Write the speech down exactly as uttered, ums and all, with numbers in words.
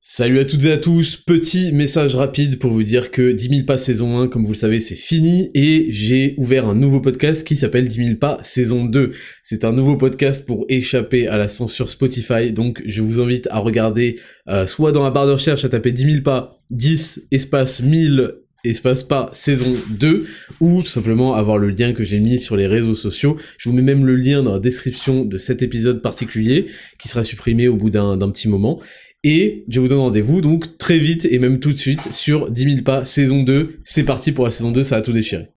Salut à toutes et à tous, petit message rapide pour vous dire que dix mille pas saison un, comme vous le savez, c'est fini, et j'ai ouvert un nouveau podcast qui s'appelle dix mille pas saison deux. C'est un nouveau podcast pour échapper à la censure Spotify, donc je vous invite à regarder, euh, soit dans la barre de recherche à taper dix mille pas, dix espace mille espace pas saison deux, ou tout simplement avoir le lien que j'ai mis sur les réseaux sociaux. Je vous mets même le lien dans la description de cet épisode particulier, qui sera supprimé au bout d'un d'un petit moment. Et je vous donne rendez-vous donc très vite et même tout de suite sur dix mille pas saison deux. C'est parti pour la saison deux, ça a tout déchiré.